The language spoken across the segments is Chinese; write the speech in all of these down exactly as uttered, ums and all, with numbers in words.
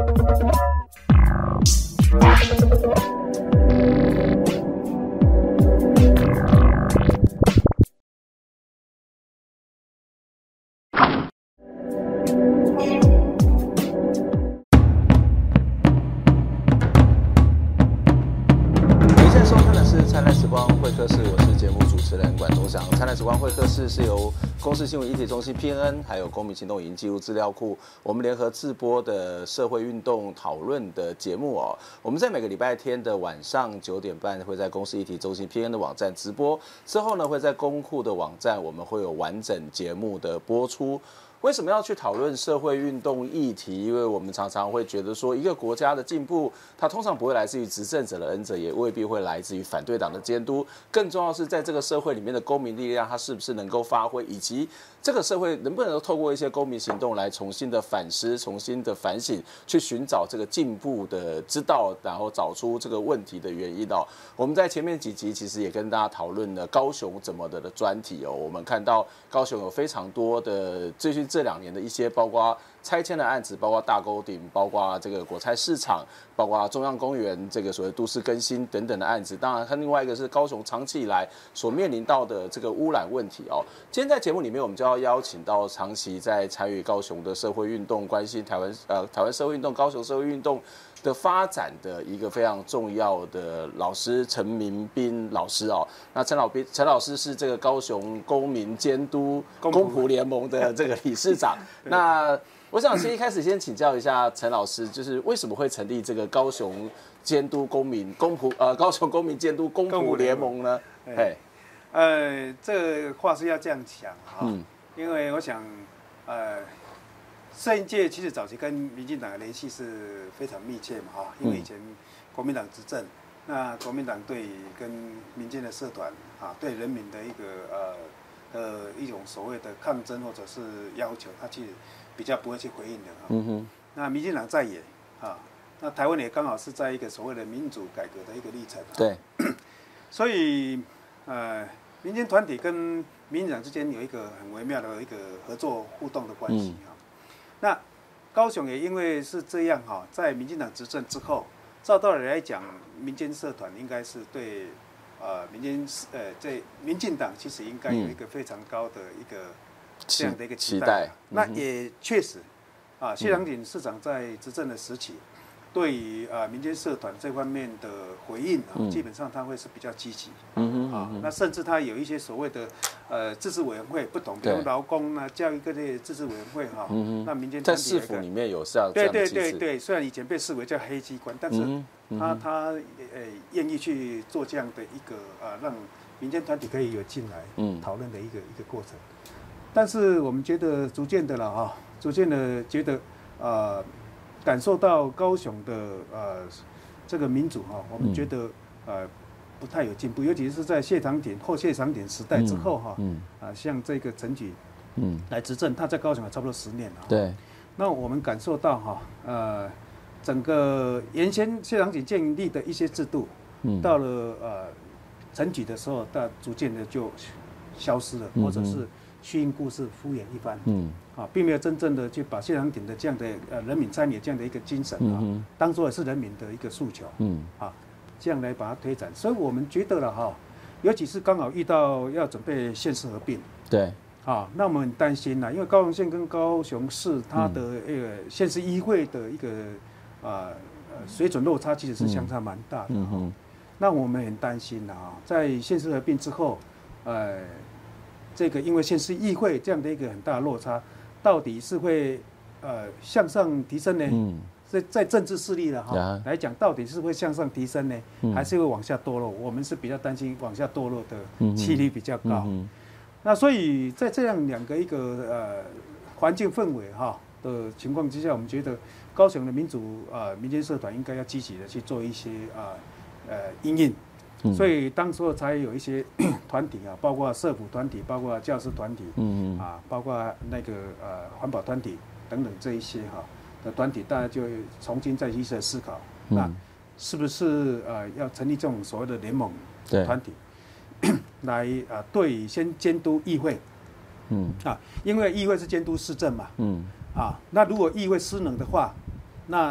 是由公视新闻议题中心 P N N 还有公民行动影音记录资料库，我们联合制播的社会运动讨论的节目哦。我们在每个礼拜天的晚上九点半会在公视议题中心 P N N 的网站直播，之后呢会在公库的网站我们会有完整节目的播出。为什么要去讨论社会运动议题？因为我们常常会觉得说，一个国家的进步，它通常不会来自于执政者的恩泽，也未必会来自于反对党的监督。更重要的是，在这个社会里面的公民力量，它是不是能够发挥，以及这个社会能不能够透过一些公民行动来重新的反思、重新的反省，去寻找这个进步的之道，然后找出这个问题的原因哦。我们在前面几集其实也跟大家讨论了高雄怎么的的专题哦。我们看到高雄有非常多的最近这两年的一些，包括拆迁的案子，包括大沟顶，包括这个果菜市场，包括中央公园这个所谓都市更新等等的案子。当然，和另外一个是高雄长期以来所面临到的这个污染问题哦。今天在节目里面，我们就要邀请到长期在参与高雄的社会运动、关心台湾呃台湾社会运动、高雄社会运动的发展的一个非常重要的老师陈明彬老师哦。那陈老彬陈老师是这个高雄公民监督公仆联盟的这个理事长。那我想先一开始先请教一下陈老师，就是为什么会成立这个高雄监督公民公仆呃高雄公民监督公仆联盟呢？哎， 呃，这个话是要这样讲哈， 嗯， 因为我想，呃，社运界其实早期跟民进党的联系是非常密切嘛哈，因为以前国民党执政，那国民党对跟民间的社团啊，对人民的一个呃呃一种所谓的抗争或者是要求，他其实比较不会去回应的哈。嗯哼。那民进党在野啊，那台湾也刚好是在一个所谓的民主改革的一个历程。 对。 所以呃，民间团体跟民进党之间有一个很微妙的一个合作互动的关系哈。嗯、那高雄也因为是这样哈，在民进党执政之后，照道理来讲，民间社团应该是对呃民间呃在民进党其实应该有一个非常高的一个。这样的一个期待，嗯、那也确实，啊，谢长廷市长在执政的时期，对于啊民间社团这方面的回应啊，嗯、基本上他会是比较积极，嗯啊，那甚至他有一些所谓的呃自治委员会，不同，比如劳工啊、教育各类自治委员会哈，嗯、那民间在市府里面有这样对对对对，虽然以前被视为叫黑机关，但是他他呃愿意去做这样的一个啊，让民间团体可以有进来讨论的一个一个过程。但是我们觉得逐渐的了哈，逐渐的觉得呃，感受到高雄的呃这个民主哈，我们觉得呃不太有进步，尤其是在谢长廷后谢长廷时代之后哈，嗯啊像这个陈菊嗯来执政，他在高雄也差不多十年了。对，那我们感受到哈呃整个原先谢长廷建立的一些制度，嗯，到了呃陈菊的时候，但逐渐的就消失了，或者是。虚应故事，敷衍一番，嗯，啊，并没有真正的去把谢长廷的这样的呃人民参与这样的一个精神啊，嗯、当作也是人民的一个诉求，嗯，啊，这样来把它推展。所以我们觉得了哈，尤其是刚好遇到要准备县市合并， 对， 啊，那我们很担心啦，因为高雄县跟高雄市它的那个县市议会的一个啊呃水准落差其实是相差蛮大的，嗯嗯、那我们很担心啦啊，在县市合并之后，呃。这个因为县市议会这样的一个很大的落差，到底是会呃向上提升呢？嗯，在在政治势力了哈来讲，到底是会向上提升呢，嗯、还是会往下堕落？我们是比较担心往下堕落的几率比较高。嗯嗯、那所以在这样两个一个呃环境氛围哈的情况之下，我们觉得高雄的民主啊、呃、民间社团应该要积极的去做一些啊 呃, 呃因应。所以当时候才有一些团体啊，包括社福团体，包括教师团体，嗯嗯啊，包括那个呃环保团体等等这一些哈的团体，大家就重新再去思考，那是不是呃要成立这种所谓的联盟团体，来啊对先监督议会，嗯啊，因为议会是监督市政嘛，嗯啊，那如果议会失能的话，那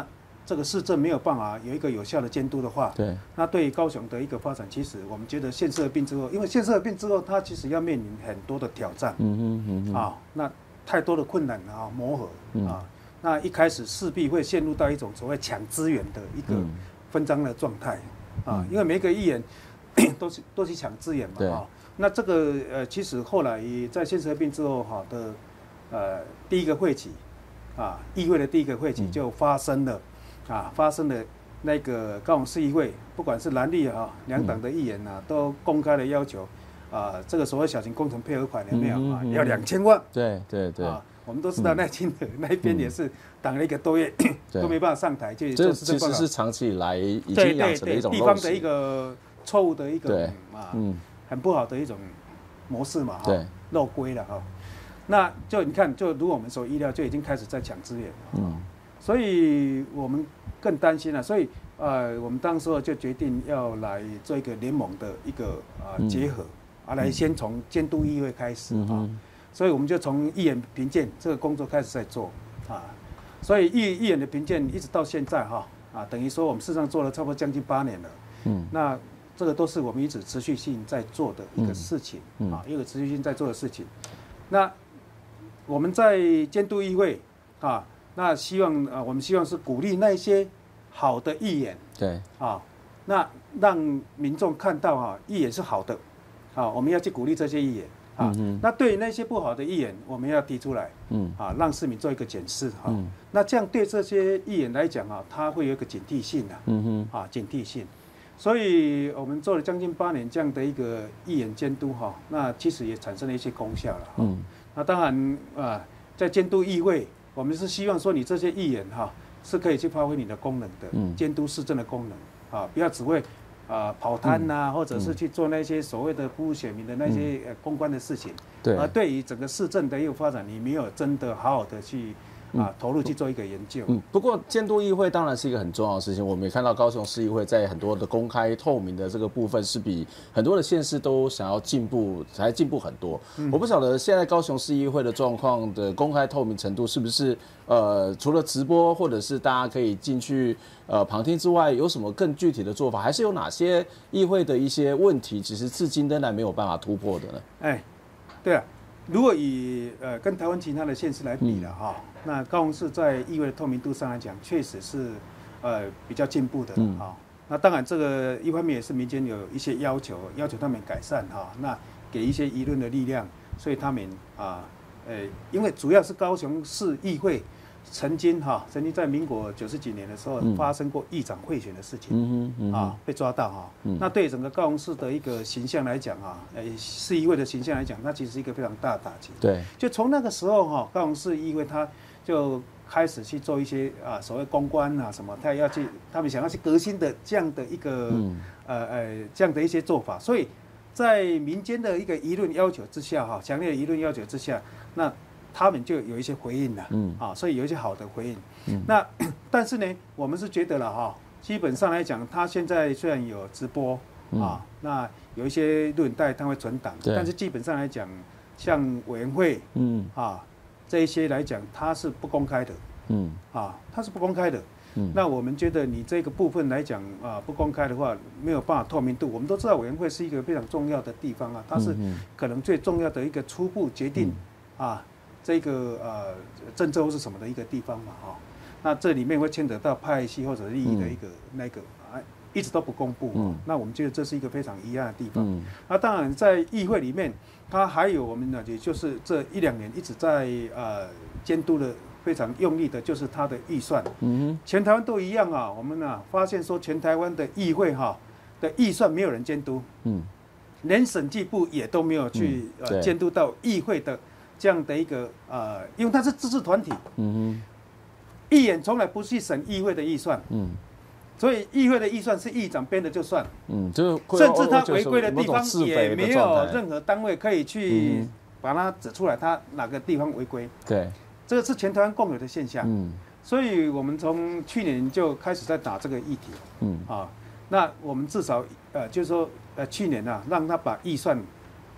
这个市政没有办法有一个有效的监督的话， 对， 那对于高雄的一个发展，其实我们觉得县市合并之后，因为县市合并之后，它其实要面临很多的挑战， 嗯哼嗯哼， 啊，那太多的困难啊，磨合嗯啊，那一开始势必会陷入到一种所谓抢资源的一个分赃的状态啊，因为每个议员都是都去抢资源嘛，啊，那这个呃，其实后来在县市合并之后哈的呃第一个会期啊，议会的第一个会期就发生了。啊，发生了那个高雄市议会，不管是蓝绿啊两党的议员啊，都公开的要求，啊，这个所谓小型工程配合款有没有啊？要两千万。 对对对。啊， 我们都知道赖清德那一边也是挡了一个多月，都没办法上台去做市政报告。 这其实是长期以来已经养成的一种地方的一个错误的一个啊， 嗯， 很不好的一种模式嘛， 对， 漏规了哈。那就你看，就如我们所意料，就已经开始在抢资源了。嗯。所以我们更担心了，所以呃，我们当时候就决定要来做一个联盟的一个啊、呃、结合，啊，来先从监督议会开始啊，所以我们就从议员评鉴这个工作开始在做啊，所以议议员的评鉴一直到现在哈啊，等于说我们事实上做了差不多将近八年了，嗯，那这个都是我们一直持续性在做的一个事情啊，一个持续性在做的事情。那我们在监督议会啊。那希望啊，我们希望是鼓励那些好的议员， 对啊，那让民众看到啊，议员是好的，啊，我们要去鼓励这些议员啊。嗯、那对于那些不好的议员，我们要提出来，嗯，啊，让市民做一个检视啊。嗯、那这样对这些议员来讲啊，他会有一个警惕性啊，嗯哼，啊，警惕性。所以我们做了将近八年这样的一个议员监督哈，那其实也产生了一些功效了。嗯，那当然啊，在监督议会。我们是希望说，你这些议员哈是可以去发挥你的功能的，监督市政的功能啊，不要只会啊跑摊呐，或者是去做那些所谓的服务选民的那些呃公关的事情。对。而对于整个市政的一个发展，你没有真的好好的去啊投入去做一个研究。 嗯。不过监督议会当然是一个很重要的事情，我们也看到高雄市议会在很多的公开透明的这个部分是比很多的县市都想要进步，才进步很多。嗯、我不晓得现在高雄市议会的状况的公开透明程度是不是呃除了直播或者是大家可以进去呃旁听之外，有什么更具体的做法？还是有哪些议会的一些问题，其实至今仍然没有办法突破的呢？ 哎，对啊。如果以呃跟台湾其他的县市来比了哈，嗯、那高雄市在议会的透明度上来讲，确实是呃比较进步的哈。嗯、那当然这个一方面也是民间有一些要求，要求他们改善哈，那给一些舆论的力量，所以他们啊呃因为主要是高雄市议会曾经哈曾经在民国九十几年的时候发生过议长贿选的事情，嗯嗯啊被抓到哈，嗯、那对整个高雄市的一个形象来讲啊，呃市议会的形象来讲，它其实是一个非常大的打击。对，就从那个时候哈，高雄市议会它就开始去做一些啊所谓公关啊什么，他要去他们想要去革新的这样的一个、嗯、呃呃这样的一些做法，所以在民间的一个舆论要求之下哈，强烈的舆论要求之下，那他们就有一些回应了，嗯啊，所以有一些好的回应。嗯、那但是呢，我们是觉得了哈，基本上来讲，他现在虽然有直播、嗯、啊，那有一些录影带它会存档，但是基本上来讲，像委员会，嗯啊这一些来讲，它是不公开的，嗯啊，它是不公开的。嗯、那我们觉得你这个部分来讲啊，不公开的话，没有办法透明度。我们都知道委员会是一个非常重要的地方啊，它是可能最重要的一个初步决定、嗯、啊。这个呃政策或是什么的一个地方嘛哈、哦，那这里面会牵扯到派系或者利益的一个、嗯、那个啊，一直都不公布、嗯、那我们觉得这是一个非常遗憾的地方。嗯、那当然在议会里面，它还有我们呢，也就是这一两年一直在呃监督的非常用力的，就是它的预算。嗯、全台湾都一样啊，我们呢发现说全台湾的议会哈、啊、的预算没有人监督，嗯，连审计部也都没有去、嗯、呃监督到议会的。这样的一个呃，因为它是自治团体，嗯哼，议员从来不去审议会的预算，嗯，所以议会的预算是议长编的就算，嗯，就甚至他违规的地方也没有任何单位可以去把它指出来，他哪个地方违规，对，这个是全台湾共有的现象，嗯，所以我们从去年就开始在打这个议题，嗯啊，那我们至少呃就是说呃去年啊，让他把预算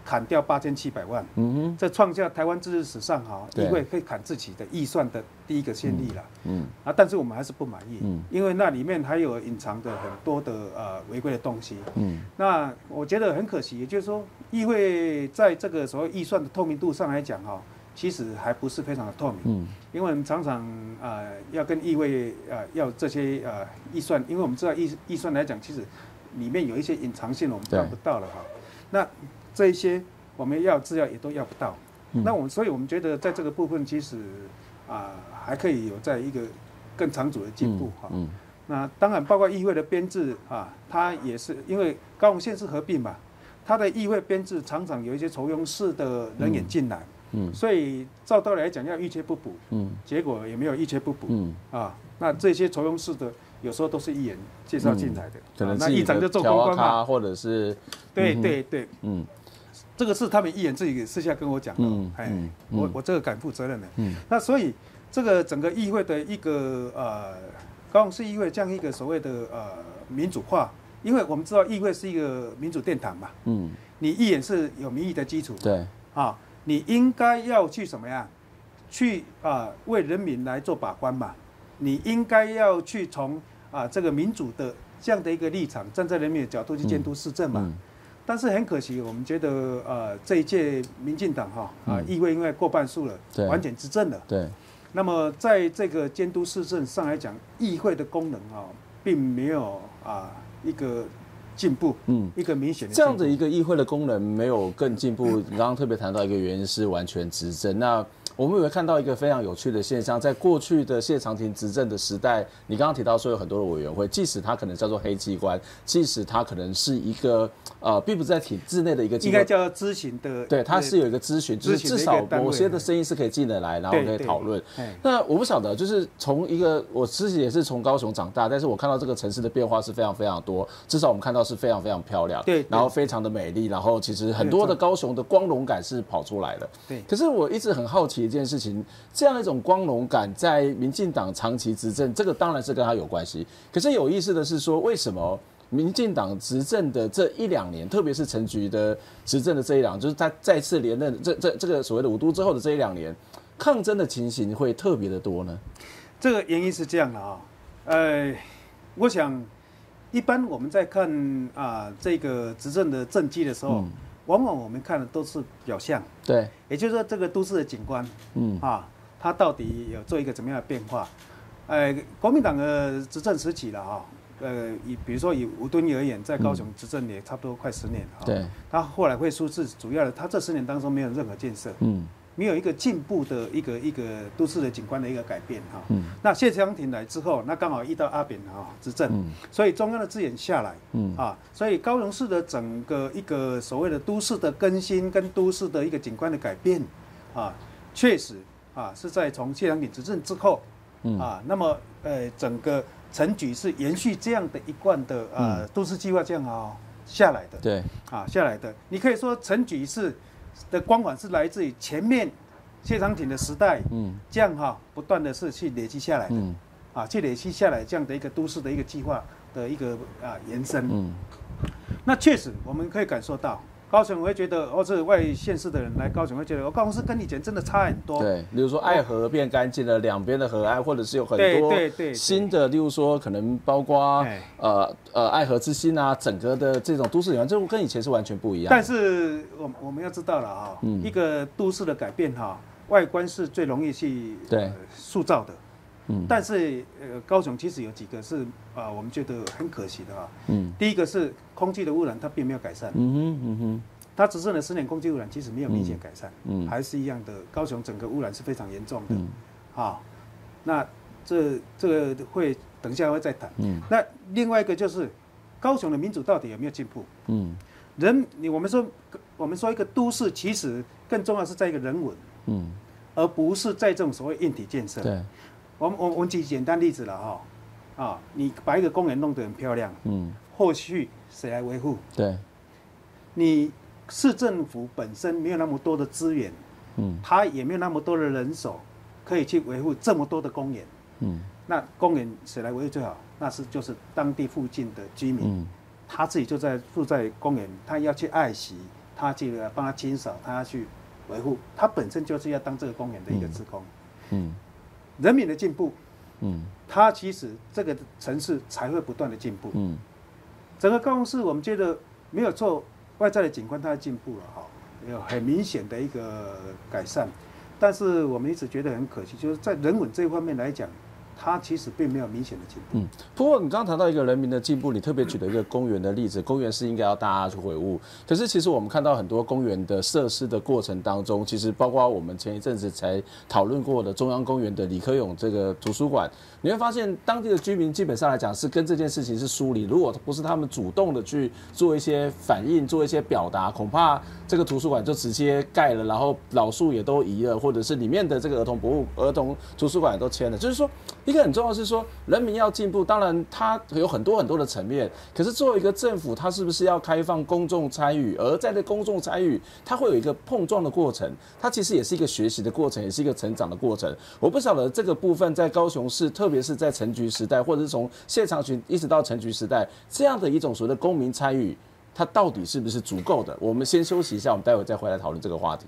砍掉八千七百万， 嗯哼， 这创下台湾自治史上哈议会可以砍自己的预算的第一个先例了。嗯，啊，但是我们还是不满意，嗯，因为那里面还有隐藏的很多的呃违规的东西。嗯，那我觉得很可惜，也就是说，议会在这个所谓预算的透明度上来讲哈，其实还不是非常的透明。嗯，因为我们常常呃要跟议会呃要这些呃预算，因为我们知道预预算来讲，其实里面有一些隐藏性我们看不到了哈。那这一些我们要资料也都要不到，嗯、那我们所以我们觉得在这个部分其实啊、呃、还可以有在一个更长足的进步哈、嗯嗯。那当然包括议会的编制啊，它也是因为高雄县市合并嘛，它的议会编制常常有一些酬庸式的人员进来，嗯嗯、所以照道理来讲要预缺不补，嗯、结果也没有预缺不补，嗯、啊，那这些酬庸式的。有时候都是议员介绍进来的，嗯、 可能那议长就做公关嘛， 或者是， 对对对，嗯，这个是他们议员自己私下跟我讲的，嗯、哎，嗯、我我这个敢负责任的，嗯，那所以这个整个议会的一个呃，高雄市议会这样一个所谓的呃民主化，因为我们知道议会是一个民主殿堂嘛，嗯，你议员是有民意的基础， 对， 啊，你应该要去什么样，去啊、呃、为人民来做把关嘛，你应该要去从啊，这个民主的这样的一个立场，站在人民的角度去监督市政嘛。嗯嗯、但是很可惜，我们觉得呃这一届民进党哈啊议会因为过半数了，完全执政了。 对。 那么在这个监督市政上来讲，议会的功能啊，并没有啊一个进步，嗯，一个明显的这样的一个议会的功能没有更进步。你刚刚特别谈到一个原因是完全执政，那。我们也会看到一个非常有趣的现象，在过去的谢长廷执政的时代，你刚刚提到说有很多的委员会，即使它可能叫做黑机关，即使它可能是一个呃，并不是在体制内的一个机构， 应该叫咨询的， 对，它是有一个咨询，就是至少某些的声音是可以进得来，然后可以讨论。那我不晓得，就是从一个我自己也是从高雄长大，但是我看到这个城市的变化是非常非常多，至少我们看到是非常非常漂亮， 对， 然后非常的美丽，然后其实很多的高雄的光荣感是跑出来了。 对， 可是我一直很好奇一件事情。这样一种光荣感，在民进党长期执政，这个当然是跟他有关系。可是有意思的是说，为什么民进党执政的这一两年，特别是陈菊的执政的这一两，就是他再次连任这这这个所谓的五都之后的这一两年，抗争的情形会特别的多呢？ 这个原因是这样的啊，呃，我想一般我们在看啊这个执政的政绩的时候。嗯往往我们看的都是表象， 对， 也就是说这个都市的景观，嗯啊，它到底有做一个怎么样的变化？呃，国民党的执政时期了哈，呃，以比如说以吴敦义而言，在高雄执政也差不多快十年了， 对， 他后来会出事，主要的他这十年当中没有任何建设，嗯。没有一个进步的一个一个都市的景观的一个改变哈，嗯，那谢长廷来之后，那刚好遇到阿扁哈执政，嗯，所以中央的资源下来，嗯啊，所以高雄市的整个一个所谓的都市的更新跟都市的一个景观的改变，啊，确实啊是在从谢长廷执政之后，嗯啊，那么呃整个陈菊是延续这样的一贯的呃、嗯、都市计划这样啊下来的， 对， 啊下来的，你可以说陈菊是。的光环是来自于前面谢长廷的时代，嗯，这样哈、啊，不断的是去累积下来的，嗯，啊，去累积下来这样的一个都市的一个计划的一个啊延伸，嗯，那确实我们可以感受到，高雄会觉得，或是外县市的人来高雄会觉得，哦，高雄市跟以前真的差很多。 对，比如说爱河变干净了，两边的河岸，或者是有很多新的，例如说可能包括呃呃爱河之心啊，整个的这种都市景观，这跟以前是完全不一样。 但是我我们要知道了啊，嗯、一个都市的改变哈、啊，外观是最容易去对、 呃、塑造的。嗯、但是呃，高雄其实有几个是啊、呃，我们觉得很可惜的啊。嗯，第一个是空气的污染，它并没有改善。嗯哼嗯哼，它执政了十年，空气污染其实没有明显改善，嗯，还是一样的。高雄整个污染是非常严重的。嗯，好，那这这个会等一下会再谈。嗯，那另外一个就是高雄的民主到底有没有进步？嗯，人，你我们说我们说一个都市，其实更重要是在一个人文，嗯，而不是在这种所谓硬体建设。 对。 我们我我们举简单例子了哈，啊，你把一个公园弄得很漂亮，嗯，后续谁来维护？ 对， 你市政府本身没有那么多的资源，嗯，它也没有那么多的人手可以去维护这么多的公园，嗯，那公园谁来维护最好？那是就是当地附近的居民，嗯，他自己就在住在公园，他要去爱惜， 他去帮他清扫，他要去维护，他本身就是要当这个公园的一个职工。嗯，人民的进步，嗯，他其实这个城市才会不断的进步。嗯，整个高雄市我们觉得没有错，外在的景观它进步了哈，有很明显的一个改善，但是我们一直觉得很可惜，就是在人文这一方面来讲。它其实并没有明显的进步。嗯， 不过你刚刚谈到一个人民的进步，你特别举了一个公园的例子，公园是应该要大家去回顾。可是其实我们看到很多公园的设施的过程当中，其实包括我们前一阵子才讨论过的中央公园的李科永这个图书馆，你会发现当地的居民基本上来讲是跟这件事情是疏离。如果不是他们主动的去做一些反应、做一些表达，恐怕这个图书馆就直接盖了，然后老树也都移了，或者是里面的这个儿童博物、儿童图书馆也都迁了。就是说。一个很重要的是说，人民要进步，当然它有很多很多的层面。可是作为一个政府，它是不是要开放公众参与？而在这公众参与，它会有一个碰撞的过程，它其实也是一个学习的过程，也是一个成长的过程。我不晓得这个部分在高雄市，特别是在陈菊时代，或者是从谢长廷一直到陈菊时代，这样的一种所谓的公民参与，它到底是不是足够的？我们先休息一下，我们待会再回来讨论这个话题。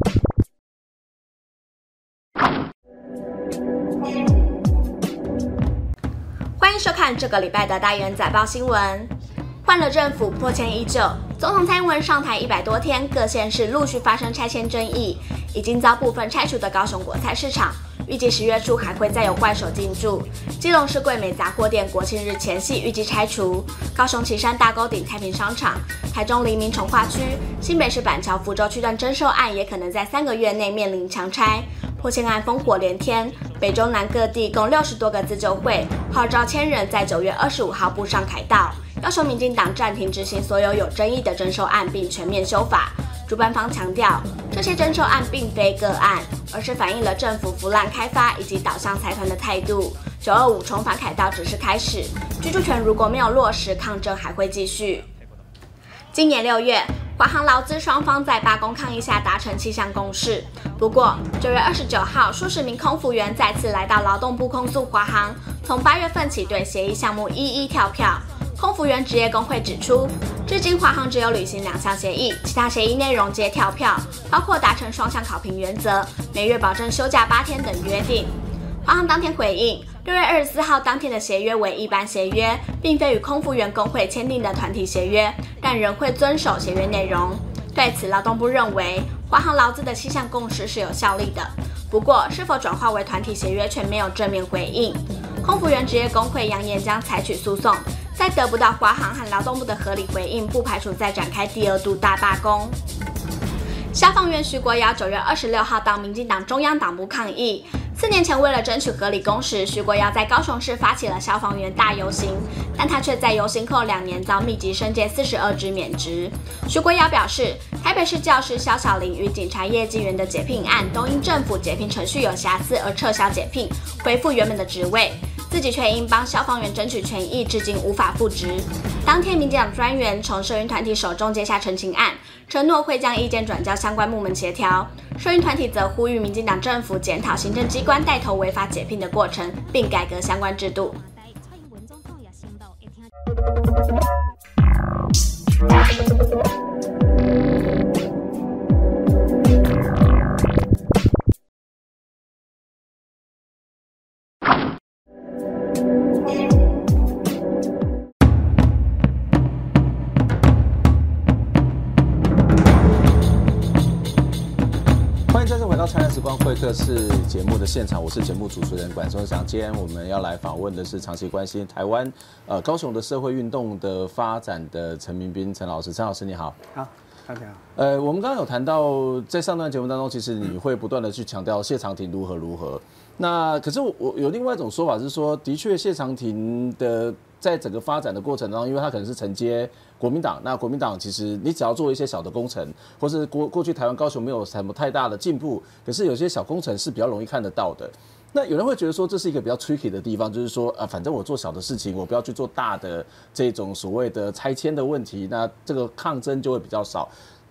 欢迎收看这个礼拜的大元载报新闻。换了政府，迫迁依旧。总统蔡英文上台一百多天，各县市陆续发生拆迁争议，已经遭部分拆除的高雄果菜市场，预计十月初还会再有怪手进驻。基隆市桂美杂货店国庆日前夕预计拆除。高雄旗山大沟顶太平商场，台中黎明重划区，新北市板桥福州区段征收案也可能在三个月内面临强拆。迫迁案烽火连天，北中南各地共六十多个自救会号召千人在九月二十五号步上凯道，要求民进党暂停执行所有有争议的征收案，并全面修法。主办方强调，这些征收案并非个案，而是反映了政府腐烂开发以及导向财团的态度。九二五重返凯道只是开始，居住权如果没有落实，抗争还会继续。今年六月，华航劳资双方在罢工抗议下达成七项共识。不过，九月二十九号，数十名空服员再次来到劳动部控诉华航，从八月份起对协议项目一一跳票。空服员职业工会指出，至今华航只有履行两项协议，其他协议内容皆跳票，包括达成双向考评原则、每月保证休假八天等约定。华航当天回应，六月二十四号当天的协约为一般协约，并非与空服员工会签订的团体协约，但仍会遵守协约内容。对此，劳动部认为华航劳资的七项共识是有效力的，不过是否转化为团体协约却没有正面回应。空服员职业工会扬言将采取诉讼，在得不到华航和劳动部的合理回应，不排除再展开第二度大罢工。消防员徐国尧九月二十六号到民进党中央党部抗议。四年前，为了争取合理工时，徐国尧在高雄市发起了消防员大游行，但他却在游行后两年遭密集申诫四十二支免职。徐国尧表示，台北市教师肖小玲与警察业绩员的解聘案都因政府解聘程序有瑕疵而撤销解聘，恢复原本的职位，自己却因帮消防员争取权益，至今无法复职。当天，民进党专员从社运团体手中接下陈情案，承诺会将意见转交相关部门协调。社运团体则呼吁民进党政府检讨行政机关带头违法解聘的过程，并改革相关制度。 会客室节目的现场，我是节目主持人管松祥。今天我们要来访问的是长期关心台湾呃高雄的社会运动的发展的陈明彬陈老师。陈老师你好。 好，大家好。 呃，我们刚刚有谈到，在上段节目当中，其实你会不断的去强调谢长廷如何如何。那可是我我有另外一种说法是说，的确谢长廷的在整个发展的过程当中，因为他可能是承接国民党，那国民党其实你只要做一些小的工程，或是过过去台湾高雄没有什么太大的进步，可是有些小工程是比较容易看得到的。那有人会觉得说这是一个比较 tricky 的地方，就是说啊，反正我做小的事情，我不要去做大的这种所谓的拆迁的问题，那这个抗争就会比较少。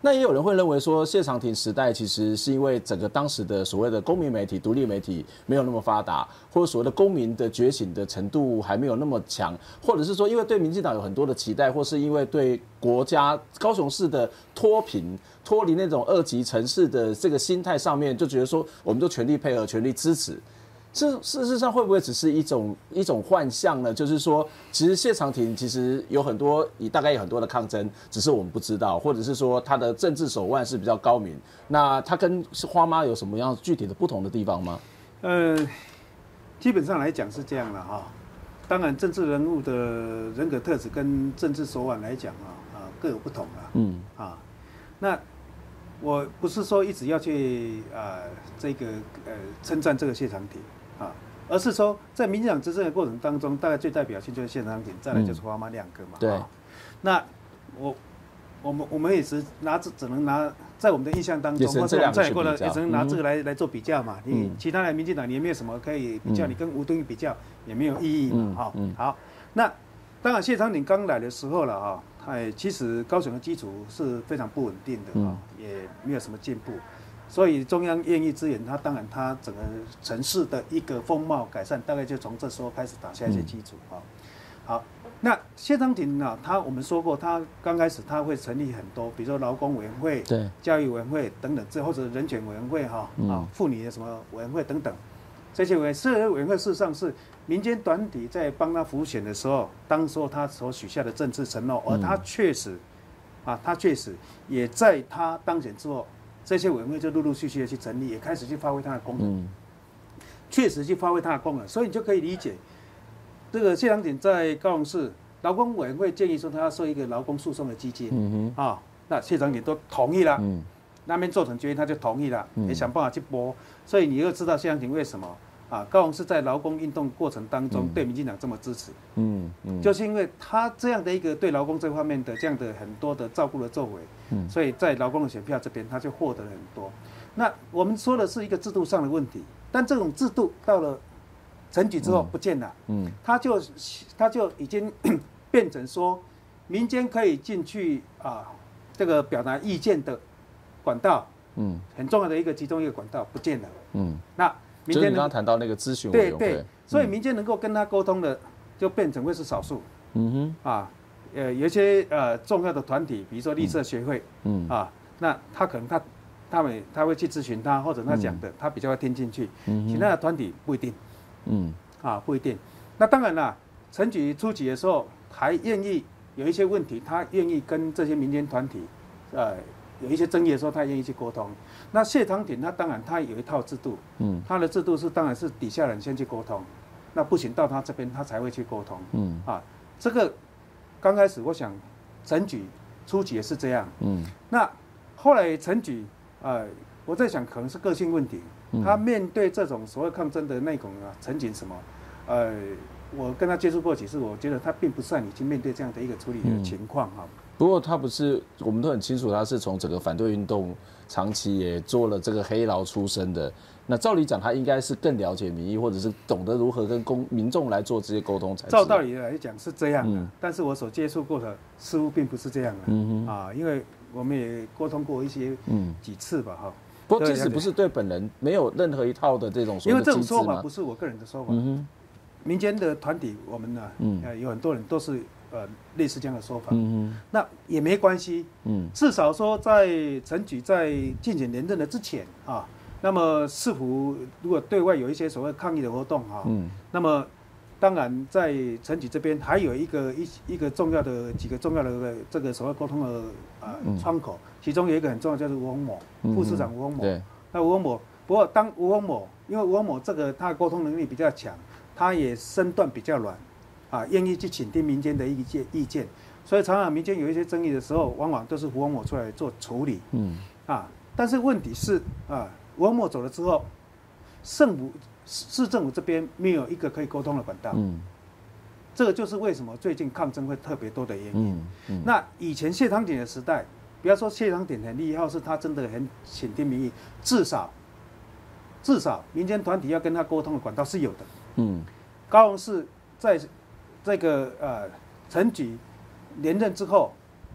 那也有人会认为说，谢长廷时代其实是因为整个当时的所谓的公民媒体、独立媒体没有那么发达，或者所谓的公民的觉醒的程度还没有那么强，或者是说因为对民进党有很多的期待，或是因为对国家高雄市的脱贫、脱离那种二级城市的这个心态上面，就觉得说我们就全力配合、全力支持。这事实上会不会只是一种一种幻象呢？就是说，其实谢长廷其实有很多，大概有很多的抗争，只是我们不知道，或者是说他的政治手腕是比较高明。那他跟花妈有什么样具体的不同的地方吗？ 呃，基本上来讲是这样的哈。当然，政治人物的人格特质跟政治手腕来讲啊啊各有不同啦。嗯啊，那我不是说一直要去啊这个呃称赞这个谢长廷。啊，而是说，在民进党执政的过程当中，大概最代表性就是谢长廷，再来就是花妈两个嘛。嗯、 对、 啊。那我我们我们也只拿这只能拿在我们的印象当中，或者我们再过了也只能拿这个来、嗯、来做比较嘛。你、嗯、其他的民进党你也没有什么可以比较，嗯、你跟吴敦义比较也没有意义嘛。哈、嗯嗯，好，那当然谢长廷刚来的时候了啊，哎，其实高雄的基础是非常不稳定的啊，嗯、也没有什么进步。所以中央愿意支援他，当然他整个城市的一个风貌改善，大概就从这时候开始打下一些基础啊。好，那谢长廷呢，他我们说过，他刚开始他会成立很多，比如说劳工委员会、对教育委员会等等，这或者人权委员会哈啊，妇女的什么委员会等等，这些委员社会委员会事实上是民间团体在帮他辅选的时候，当时候他所许下的政治承诺，而他确实啊，他确实也在他当选之后。这些委员会就陆陆续续的去成立，也开始去发挥它的功能，确、嗯、实去发挥它的功能，所以你就可以理解，这个谢长廷在高雄市劳工委员会建议说他要设一个劳工诉讼的基金，嗯、啊，那谢长廷都同意了，嗯、那边做成决议他就同意了，嗯、也想办法去拨，所以你又知道谢长廷为什么啊，高雄市在劳工运动过程当中对民进党这么支持，嗯嗯、就是因为他这样的一个对劳工这方面的这样的很多的照顾的作为。所以在劳工的选票这边，他就获得了很多。那我们说的是一个制度上的问题，但这种制度到了陈举之后不见了，嗯，他就他就已经变成说，民间可以进去啊，这个表达意见的管道，嗯，很重要的一个其中一个管道不见了，嗯，那民间就是你刚刚谈到那个咨询委员会， 对对，所以民间能够跟他沟通的，就变成会是少数，嗯哼，啊。呃，有一些呃重要的团体，比如说绿色协会，嗯啊，那他可能他他们他会去咨询他，或者他讲的，嗯、他比较会听进去。嗯，其他的团体不一定，嗯啊不一定。那当然啦，陈举初期的时候还愿意有一些问题，他愿意跟这些民间团体，呃有一些争议的时候，他愿意去沟通。那谢长廷他当然他有一套制度，嗯，他的制度是当然是底下人先去沟通，那不行到他这边他才会去沟通，嗯啊这个。刚开始我想，陈举初期也是这样，嗯，那后来陈举，呃，我在想可能是个性问题，嗯、他面对这种所谓抗争的那种啊，陈景什么，呃，我跟他接触过几次，我觉得他并不善于去面对这样的一个处理的情况哈。嗯、 不过他不是，我们都很清楚，他是从整个反对运动长期也做了这个黑劳出身的。那照理讲，他应该是更了解民意，或者是懂得如何跟公民众来做这些沟通才是。 照道理来讲是这样的，嗯、但是我所接触过的似乎并不是这样的。嗯、啊，因为我们也沟通过一些几次吧，哈、嗯。 不过即使不是对本人没有任何一套的这种所谓的机制吗？ 因为这种说法不是我个人的说法，嗯、民间的团体我们呢，嗯、呃，有很多人都是呃类似这样的说法。嗯、那也没关系，嗯、至少说在陈举在竞选连任的之前啊。那么市府如果对外有一些所谓抗议的活动哈，嗯，那么当然在陈举这边还有一个一一个重要的几个重要的这个所谓沟通的啊、呃、窗口，其中有一个很重要就是吴宏某副市长吴宏某，对，那吴宏某不过当吴宏某因为吴宏某这个他的沟通能力比较强，他也身段比较软，啊，愿意去倾听民间的意见意见，所以常常民间有一些争议的时候，往往都是吴宏某出来做处理，嗯，啊，但是问题是啊。吴宏某走了之后，政府市政府这边没有一个可以沟通的管道，嗯，这个就是为什么最近抗争会特别多的原因。嗯嗯、那以前谢长廷的时代，不要说谢长廷很厉害，是他真的很倾听民意，至少至少民间团体要跟他沟通的管道是有的。嗯，高雄市在这个呃陈举连任之后，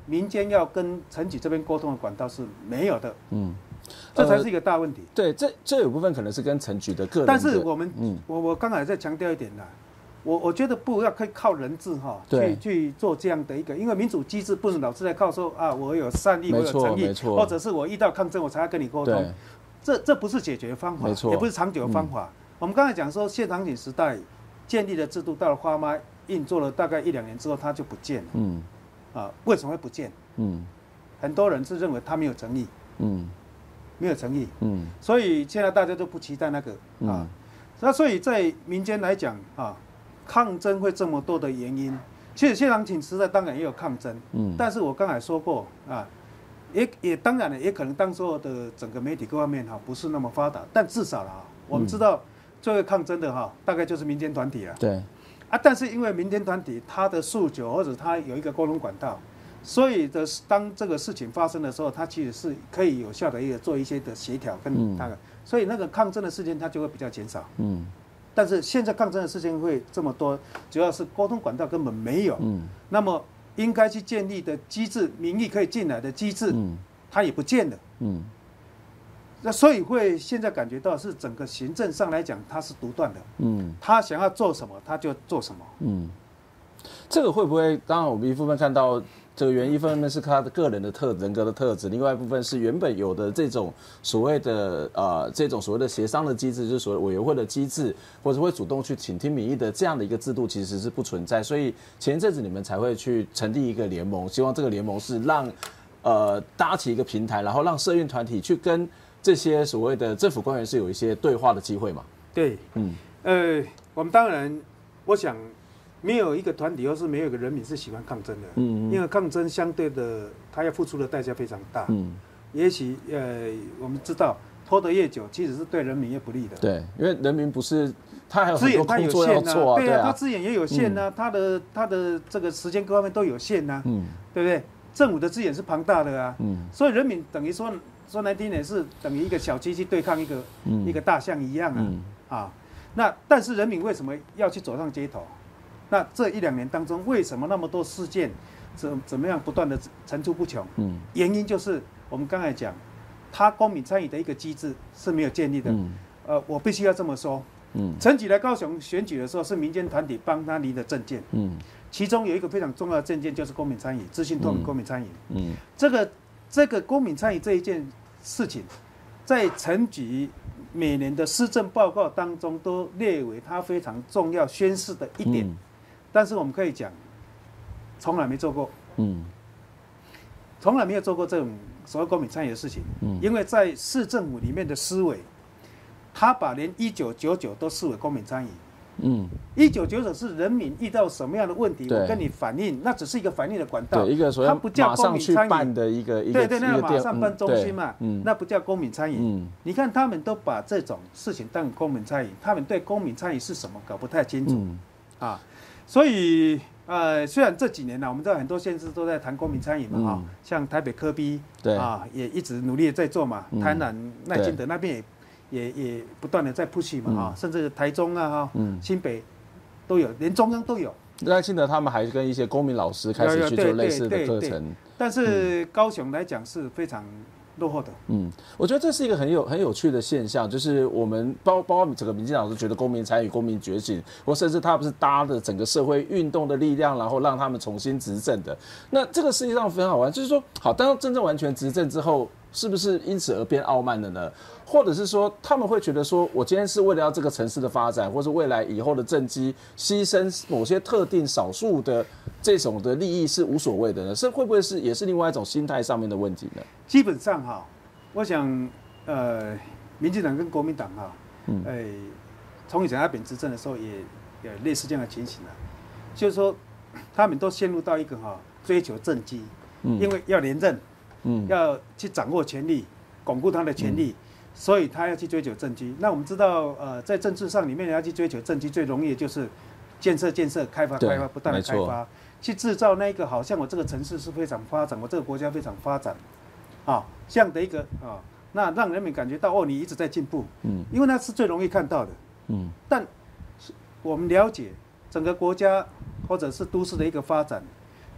民间要跟陈局这边沟通的管道是没有的。 嗯。 这才是一个大问题。 呃、对，这这有部分可能是跟陈局的个人的。 但是我们，嗯，我我刚才再强调一点啦，我我觉得不要可以靠人治哈，去去做这样的一个，因为民主机制不能老是在靠说啊，我有善意，我有诚意，或者是我遇到抗争我才要跟你沟通，这这不是解决方法，也不是长久的方法。嗯、我们刚才讲说谢长廷时代建立的制度，到了花妈运作了大概一两年之后，它就不见了。嗯，啊，为什么会不见？嗯，很多人是认为他没有诚意。嗯。没有诚意，嗯，所以现在大家都不期待那个啊，那所以在民间来讲啊，抗争会这么多的原因，其实谢长廷时代当然也有抗争，嗯，但是我刚才说过啊，也也当然了，也可能当时候的整个媒体各方面哈不是那么发达，但至少啦，我们知道最后抗争的哈大概就是民间团体了，对，啊，但是因为民间团体他的诉求或者他有一个沟通管道。所以的，当这个事情发生的时候，它其实是可以有效的一个做一些的协调跟那个，嗯、所以那个抗争的事件它就会比较减少。嗯，但是现在抗争的事情会这么多，主要是沟通管道根本没有。嗯，那么应该去建立的机制，民意可以进来的机制，嗯，它也不见了。嗯，那所以会现在感觉到是整个行政上来讲，它是独断的。嗯，他想要做什么，他就做什么。嗯， 这个会不会？当然，我们一部分看到。这个原因一方面是他的个人的特人格的特质，另外一部分是原本有的这种所谓的呃这种所谓的协商的机制，就是所谓委员会的机制，或者会主动去倾听民意的这样的一个制度，其实是不存在。所以前一阵子你们才会去成立一个联盟，希望这个联盟是让呃搭起一个平台，然后让社运团体去跟这些所谓的政府官员是有一些对话的机会嘛？ 对，嗯，呃，我们当然，我想。没有一个团体或是没有一个人民是喜欢抗争的，嗯，因为抗争相对的，他要付出的代价非常大，嗯，也许呃，我们知道拖得越久，其实是对人民越不利的， 对，因为人民不是他还有很多工作要做啊， 对啊，他资源也有限呐，他的他的这个时间各方面都有限呐，嗯，对不对？政府的资源是庞大的啊，嗯，所以人民等于说说难听点是等于一个小鸡去对抗一个一个大象一样啊，啊，那但是人民为什么要去走上街头？那这一两年当中，为什么那么多事件，怎怎么样不断的层出不穷？嗯，原因就是我们刚才讲，他公民参与的一个机制是没有建立的。嗯，呃，我必须要这么说。嗯，陈菊来高雄选举的时候，是民间团体帮他拟的政见。嗯，其中有一个非常重要的政见就是公民参与、资讯透明、公民参与。嗯，这个这个公民参与这一件事情，在陈菊每年的施政报告当中都列为他非常重要宣示的一点。嗯，但是我们可以讲，从来没做过，嗯，从来没有做过这种所谓公民参与的事情，嗯，因为在市政府里面的思维，他把连一九九九都视为公民参与，嗯，一九九九是人民遇到什么样的问题，我跟你反映，那只是一个反映的管道， 对，一个所谓马上去办的一个， 对对，那个马上办中心嘛，嗯，那不叫公民参与，嗯，你看他们都把这种事情当公民参与，他们对公民参与是什么搞不太清楚，嗯，啊。所以，呃，虽然这几年呢、啊，我们知道很多县市都在谈公民参与嘛，哈、嗯，像台北科 B， 对啊，也一直努力的在做嘛，嗯、台南赖清德那边也也也不断的在 push 嘛，哈、嗯，甚至台中啊，哈、嗯，新北都有，连中央都有。 赖清德他们还跟一些公民老师开始去做类似的课程， 但是高雄来讲是非常落后的。 嗯，我觉得这是一个很有很有趣的现象，就是我们包包括整个民进党都觉得公民参与、公民觉醒，或甚至他不是搭的整个社会运动的力量，然后让他们重新执政的。那这个实际上非常好玩，就是说，好，当真正完全执政之后，是不是因此而变傲慢的呢？或者是说，他们会觉得说，我今天是为了要这个城市的发展，或是未来以后的政绩，牺牲某些特定少数的这种的利益是无所谓的呢？是会不会是也是另外一种心态上面的问题呢？ 基本上哈，我想，呃，民进党跟国民党哈，嗯，哎，从以前阿扁执政的时候也也类似这样的情形了，就是说，他们都陷入到一个哈追求政绩，嗯，因为要连任，嗯，要去掌握权力，巩固他的权力。嗯，所以他要去追求政绩。那我们知道，呃，在政治上里面要去追求政绩，最容易的就是建设、建设、开发、开发，不断的开发，去制造那个好像我这个城市是非常发展，我这个国家非常发展，啊，这样的一个啊，那让人民感觉到哦，你一直在进步，嗯，因为那是最容易看到的，嗯。但我们了解整个国家或者是都市的一个发展，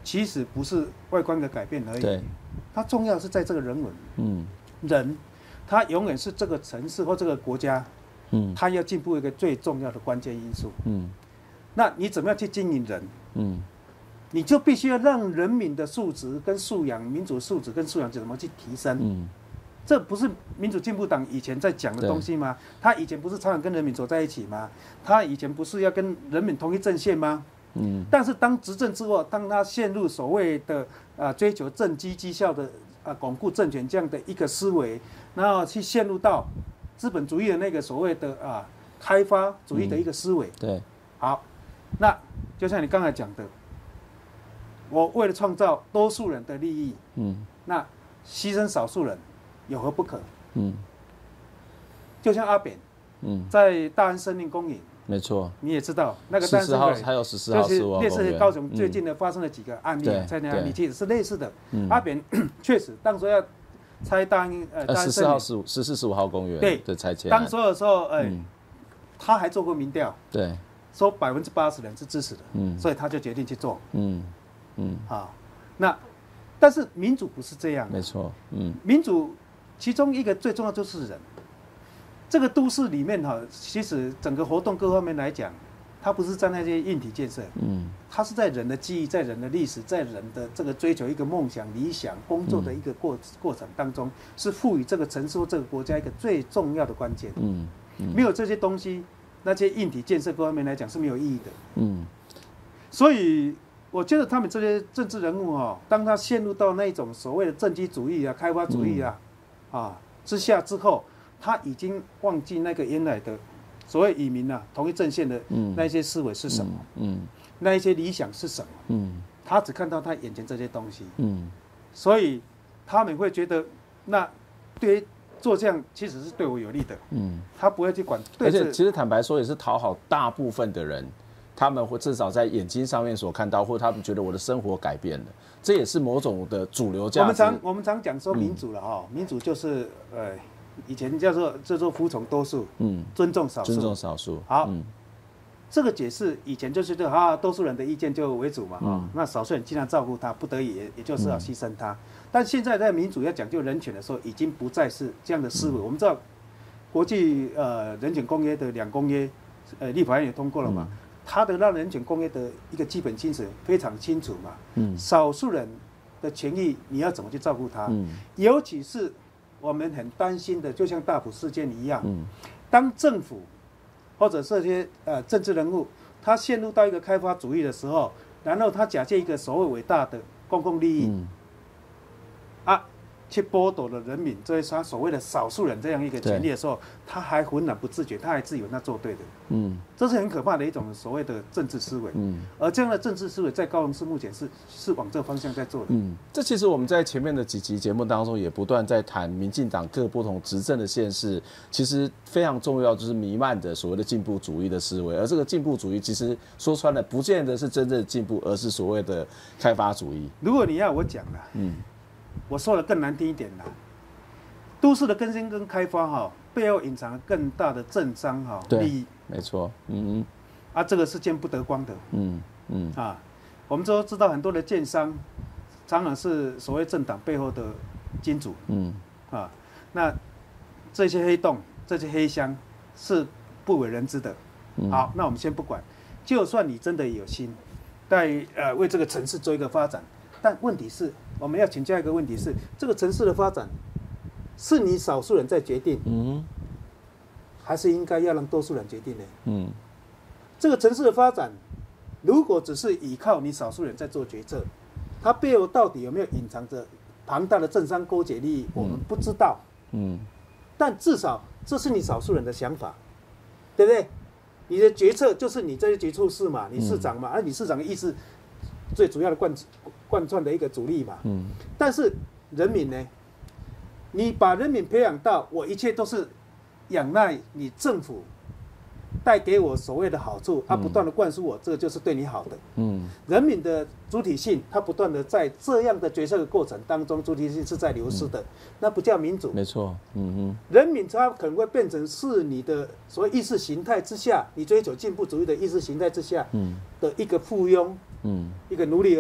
其实不是外观的改变而已， 对， 它重要的是在这个人文， 嗯， 人，他永远是这个城市或这个国家，嗯，他要进步一个最重要的关键因素，嗯，那你怎么样去经营人？嗯，你就必须要让人民的素质跟素养、民主素质跟素养怎么去提升？嗯，这不是民主进步党以前在讲的东西吗？他以前不是常常跟人民走在一起吗？他以前不是要跟人民同一阵线吗？嗯，但是当执政之后，当他陷入所谓的啊追求政绩绩效的啊巩固政权这样的一个思维，然后去陷入到资本主义的那个所谓的啊开发主义的一个思维。嗯、 对， 好，那就像你刚才讲的，我为了创造多数人的利益，嗯，那牺牲少数人有何不可？嗯，就像阿扁，嗯，在大安森林公园。没错，你也知道那个十四号还有十四号就是类似高雄最近的发生了几个案例，嗯、在那案例其实是类似的。嗯、阿扁确实当时要拆大安呃大安十四号十五十四十五号公园对的拆迁， 当时的时候，哎、嗯，他还做过民调， 对， 说百分之八十人是支持的，嗯，所以他就决定去做，嗯嗯，好，那但是民主不是这样， 没错，嗯， 民主其中一个最重要就是人。这个都市里面哈，其实整个活动各方面来讲，它不是在那些硬体建设，嗯，它是在人的记忆、在人的历史、在人的这个追求一个梦想、理想、工作的一个过过程当中，是赋予这个城市或这个国家一个最重要的关键。嗯，嗯没有这些东西，那些硬体建设各方面来讲是没有意义的。嗯，所以我觉得他们这些政治人物哈，当他陷入到那种所谓的政绩主义啊、开发主义啊，嗯、啊之下之后。他已经忘记那个原来的所谓移民啊，同一阵线的那一些思维是什么，嗯，嗯那一些理想是什么，嗯，他只看到他眼前这些东西，嗯，所以他们会觉得，那对于做这样其实是对我有利的，嗯，他不会去管， 而且其实坦白说也是讨好大部分的人，他们会至少在眼睛上面所看到，或者他们觉得我的生活改变了，这也是某种的主流价值。 我们常我们常讲说民主了哈，嗯、民主就是呃。以前叫做叫做服从多数，嗯，尊重少数， 尊重少数。 好，嗯、这个解释以前就是说啊，多数人的意见就为主嘛，嗯、那少数人尽量照顾他，不得已也也就是要牺牲他。嗯、但现在在民主要讲究人权的时候，已经不再是这样的思维。嗯、我们知道，国际呃人权公约的两公约，呃立法院也通过了嘛，嗯、它的让人权公约的一个基本精神非常清楚嘛，嗯，少数人的权益你要怎么去照顾他，嗯，尤其是。我们很担心的，就像大埔事件一样，嗯、当政府或者这些呃政治人物，他陷入到一个开发主义的时候，然后他假借一个所谓伟大的公共利益，嗯、啊，去剥夺了人民这些他所谓的少数人这样一个权利的时候，他还浑然不自觉，他还自以为他做对的，嗯，这是很可怕的一种所谓的政治思维，嗯，而这样的政治思维在高雄市目前是是往这个方向在做的， 嗯，这其实我们在前面的几集节目当中也不断在谈民进党各不同执政的县市，其实非常重要就是弥漫的所谓的进步主义的思维，而这个进步主义其实说穿了，不见得是真正的进步，而是所谓的开发主义。 如果你要我讲了，嗯。我说的更难听一点啦，都市的更新跟开发哈，背后隐藏了更大的政商哈利益， 没错，嗯， 啊，这个是见不得光的，嗯嗯啊，我们都知道很多的建商，常常是所谓政党背后的金主，嗯啊，那这些黑洞、这些黑箱是不为人知的。嗯、好，那我们先不管，就算你真的有心，在呃为这个城市做一个发展，但问题是。我们要请教一个问题是：这个城市的发展，是你少数人在决定，嗯，还是应该要让多数人决定呢？嗯，这个城市的发展，如果只是依靠你少数人在做决策，它背后到底有没有隐藏着庞大的政商勾结利益，我们不知道。嗯，但至少这是你少数人的想法，对不对？你的决策就是你这些决策事嘛，你市长嘛，而、嗯啊、你市长的意思最主要的贯贯穿的一个主力嘛。嗯。但是人民呢？你把人民培养到我一切都是仰赖你政府带给我所谓的好处，他、啊、不断的灌输我，这个就是对你好的。嗯。人民的主体性，它不断的在这样的决策的过程当中，主体性是在流失的，嗯、那不叫民主。 没错。嗯哼。 人民他可能会变成是你的所谓意识形态之下，你追求进步主义的意识形态之下，嗯，的一个附庸。嗯，一个奴隶而已。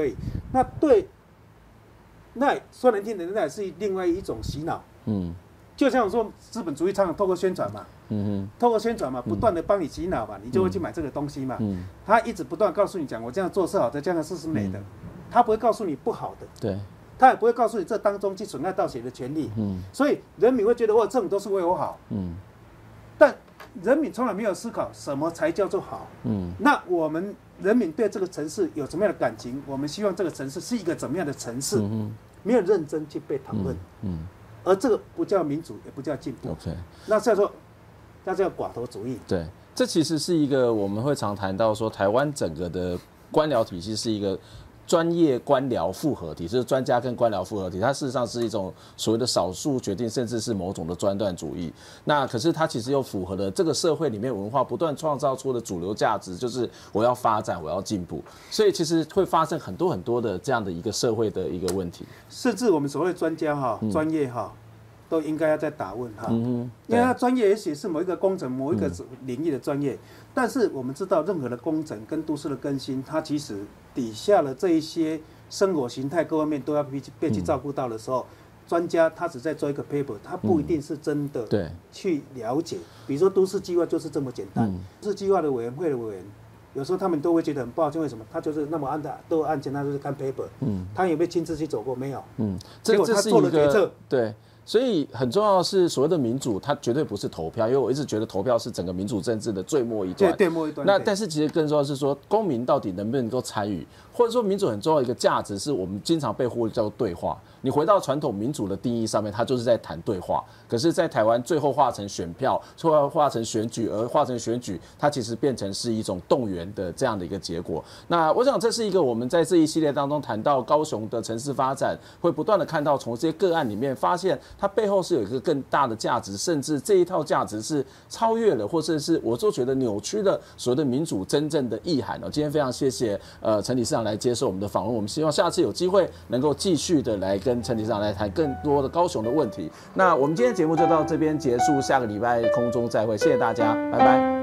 那对，那说难听的，那也是另外一种洗脑。嗯，就像说资本主义常常透过宣传嘛，嗯哼，透过宣传嘛，不断的帮你洗脑嘛，嗯、你就会去买这个东西嘛。嗯，他一直不断告诉你讲，我这样做是好的，这样是是美的，嗯、他不会告诉你不好的。 对。 他也不会告诉你这当中去损害到谁的权利，嗯，所以人民会觉得哇，政府都是为我好，嗯，但人民从来没有思考什么才叫做好，嗯，那我们人民对这个城市有什么样的感情？我们希望这个城市是一个怎么样的城市？嗯、没有认真去被讨论，嗯，嗯而这个不叫民主，也不叫进步 ，OK， 那叫做那叫寡头主义。 对，这其实是一个我们会常谈到说，台湾整个的官僚体系是一个。专业官僚复合体，就是专家跟官僚复合体，它事实上是一种所谓的少数决定，甚至是某种的专断主义。那可是它其实又符合了这个社会里面文化不断创造出的主流价值，就是我要发展，我要进步。所以其实会发生很多很多的这样的一个社会的一个问题。 甚至我们所谓专家哈、专业哈，都应该要再打问哈，嗯、因为他专业也许是某一个工程、某一个领域的专业，嗯、但是我们知道任何的工程跟都市的更新，它其实底下的这一些生活形态各方面都要被被去照顾到的时候，专、嗯、家他只在做一个 paper， 他不一定是真的去了解。嗯、比如说都市计划就是这么简单，嗯、都市计划的委员会的委员，有时候他们都会觉得很抱歉，为什么？他就是那么按的都案件，他就是看 paper，嗯，他有没有亲自去走过？没有，嗯，结果他做了决策， 对。所以很重要的是所谓的民主，它绝对不是投票，因为我一直觉得投票是整个民主政治的最末一段。 最末一段。 那但是其实更重要的是说，公民到底能不能够参与，或者说民主很重要的一个价值是我们经常被忽略，叫做对话。你回到传统民主的定义上面，它就是在谈对话。可是，在台湾最后化成选票，最后化成选举，而化成选举，它其实变成是一种动员的这样的一个结果。那我想这是一个我们在这一系列当中谈到高雄的城市发展，会不断的看到从这些个案里面发现，它背后是有一个更大的价值，甚至这一套价值是超越了，或者是我都觉得扭曲了所谓的民主真正的意涵哦。今天非常谢谢呃陈理事长来接受我们的访问，我们希望下次有机会能够继续的来跟陈理事长来谈更多的高雄的问题。那我们今天节目就到这边结束，下个礼拜空中再会，谢谢大家，拜拜。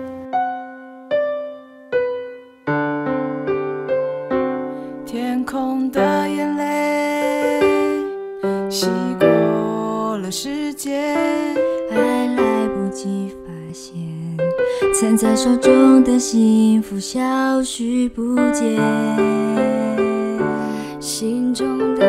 天空的眼泪洗过了时间， 还来不及发现，攥在手中的幸福消失不见，心中的